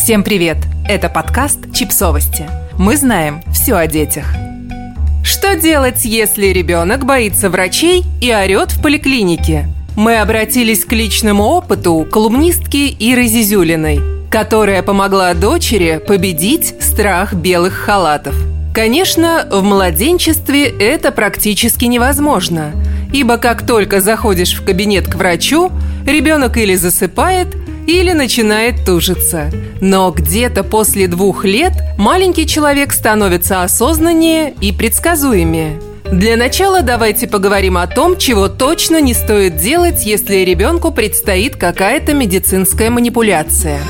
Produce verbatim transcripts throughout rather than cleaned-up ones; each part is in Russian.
Всем привет! Это подкаст «Чипсовости». Мы знаем все о детях. Что делать, если ребенок боится врачей и орет в поликлинике? Мы обратились к личному опыту колумнистки Иры Зизюлиной, которая помогла дочери победить страх белых халатов. Конечно, в младенчестве это практически невозможно, ибо как только заходишь в кабинет к врачу, ребенок или засыпает, или начинает тужиться. Но где-то после двух лет маленький человек становится осознаннее и предсказуемее. Для начала давайте поговорим о том, чего точно не стоит делать, если ребенку предстоит какая-то медицинская манипуляция.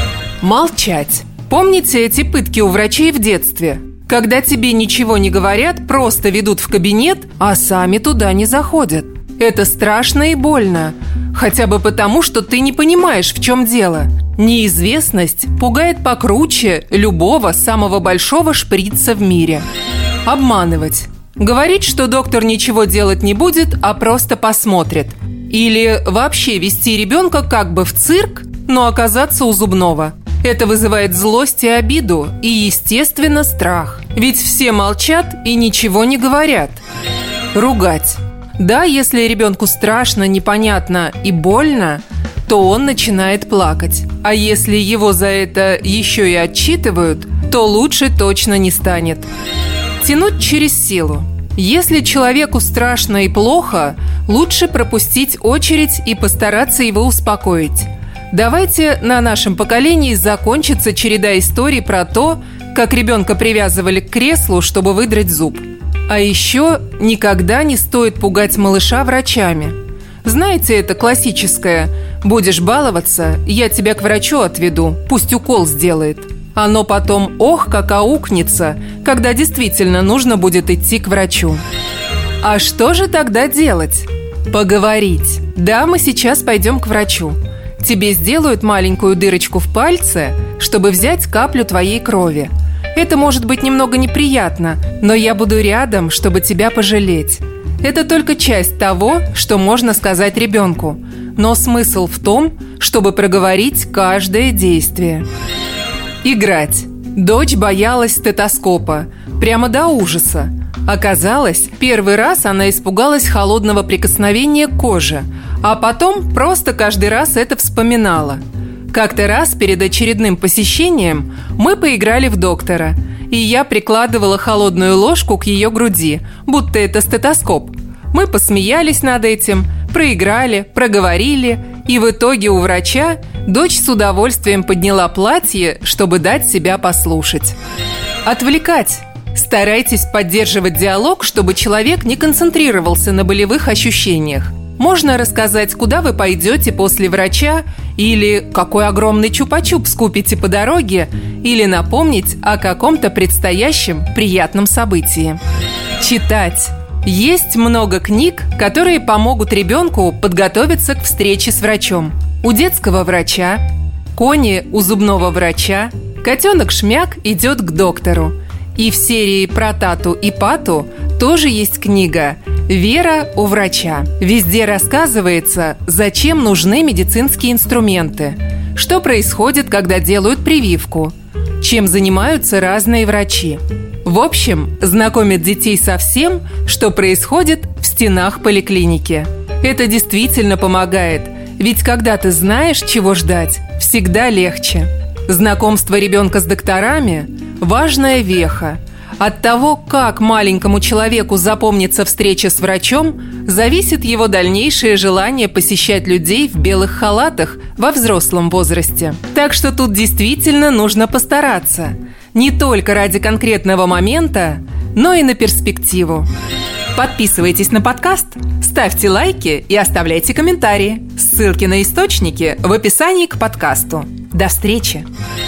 Молчать. Помните эти пытки у врачей в детстве? Когда тебе ничего не говорят, просто ведут в кабинет, а сами туда не заходят. Это страшно и больно. Хотя бы потому, что ты не понимаешь, в чем дело. Неизвестность пугает покруче любого самого большого шприца в мире. Обманывать. Говорить, что доктор ничего делать не будет, а просто посмотрит. Или вообще вести ребенка как бы в цирк, но оказаться у зубного. Это вызывает злость и обиду, и, естественно, страх. Ведь все молчат и ничего не говорят. Ругать. Да, если ребенку страшно, непонятно и больно, то он начинает плакать. А если его за это еще и отчитывают, то лучше точно не станет. Тянуть через силу. Если человеку страшно и плохо, лучше пропустить очередь и постараться его успокоить. Давайте на нашем поколении закончится череда историй про то, как ребенка привязывали к креслу, чтобы выдрать зуб. А еще никогда не стоит пугать малыша врачами. Знаете, это классическое «будешь баловаться, я тебя к врачу отведу, пусть укол сделает». Оно потом ох как аукнется, когда действительно нужно будет идти к врачу. А что же тогда делать? Поговорить. Да, мы сейчас пойдем к врачу. Тебе сделают маленькую дырочку в пальце, чтобы взять каплю твоей крови. Это может быть немного неприятно, но я буду рядом, чтобы тебя пожалеть. Это только часть того, что можно сказать ребенку. Но смысл в том, чтобы проговорить каждое действие. Играть. Дочь боялась стетоскопа. Прямо до ужаса. Оказалось, первый раз она испугалась холодного прикосновения к коже, а потом просто каждый раз это вспоминала. Как-то раз перед очередным посещением мы поиграли в доктора, и я прикладывала холодную ложку к ее груди, будто это стетоскоп. Мы посмеялись над этим, проиграли, проговорили, и в итоге у врача дочь с удовольствием подняла платье, чтобы дать себя послушать. Отвлекать. Старайтесь поддерживать диалог, чтобы человек не концентрировался на болевых ощущениях. Можно рассказать, куда вы пойдете после врача, или какой огромный чупа-чупс купите по дороге, или напомнить о каком-то предстоящем приятном событии. Читать. Есть много книг, которые помогут ребенку подготовиться к встрече с врачом. У детского врача, Кони у зубного врача, котенок Шмяк идет к доктору. И в серии про Тату и Пату тоже есть книга «Вера у врача». Везде рассказывается, зачем нужны медицинские инструменты, что происходит, когда делают прививку, чем занимаются разные врачи. В общем, знакомят детей со всем, что происходит в стенах поликлиники. Это действительно помогает, ведь когда ты знаешь, чего ждать, всегда легче. Знакомство ребенка с докторами – важная веха. От того, как маленькому человеку запомнится встреча с врачом, зависит его дальнейшее желание посещать людей в белых халатах во взрослом возрасте. Так что тут действительно нужно постараться. Не только ради конкретного момента, но и на перспективу. Подписывайтесь на подкаст, ставьте лайки и оставляйте комментарии. Ссылки на источники в описании к подкасту. До встречи!